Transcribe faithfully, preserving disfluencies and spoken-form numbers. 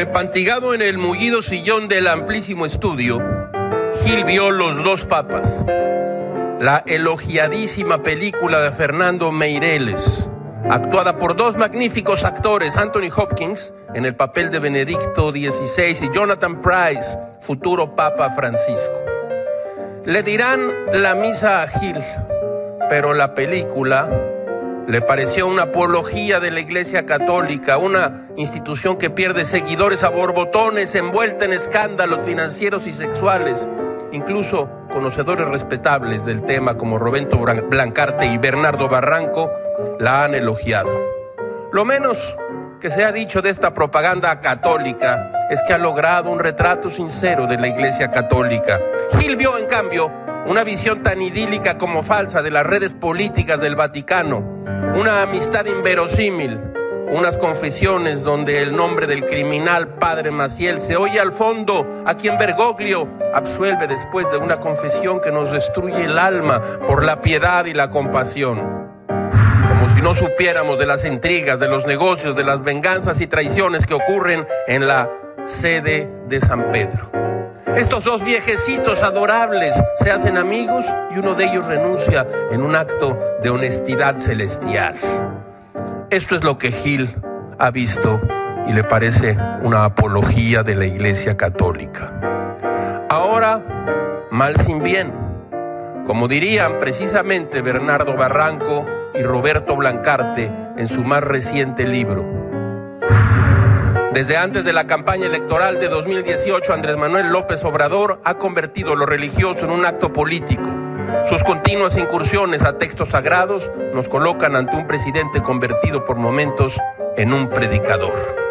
Repantigado en el mullido sillón del amplísimo estudio, Gil vio Los dos papas, la elogiadísima película de Fernando Meireles, actuada por dos magníficos actores, Anthony Hopkins en el papel de Benedicto dieciséis y Jonathan Pryce, futuro Papa Francisco. Le dirán la misa a Gil, pero la película le pareció una apología de la Iglesia Católica, una institución que pierde seguidores a borbotones, envuelta en escándalos financieros y sexuales. Incluso conocedores respetables del tema como Roberto Blancarte y Bernardo Barranco la han elogiado. Lo menos que se ha dicho de esta propaganda católica es que ha logrado un retrato sincero de la Iglesia Católica. Gil vio, en cambio, una visión tan idílica como falsa de las redes políticas del Vaticano, una amistad inverosímil, unas confesiones donde el nombre del criminal Padre Maciel se oye al fondo, a quien Bergoglio absuelve después de una confesión que nos destruye el alma por la piedad y la compasión. Como si no supiéramos de las intrigas, de los negocios, de las venganzas y traiciones que ocurren en la sede de San Pedro. Estos dos viejecitos adorables se hacen amigos y uno de ellos renuncia en un acto de honestidad celestial. Esto es lo que Gil ha visto y le parece una apología de la Iglesia Católica. Ahora, mal sin bien, como dirían precisamente Bernardo Barranco y Roberto Blancarte en su más reciente libro. Desde antes de la campaña electoral de dos mil dieciocho, Andrés Manuel López Obrador ha convertido lo religioso en un acto político. Sus continuas incursiones a textos sagrados nos colocan ante un presidente convertido por momentos en un predicador.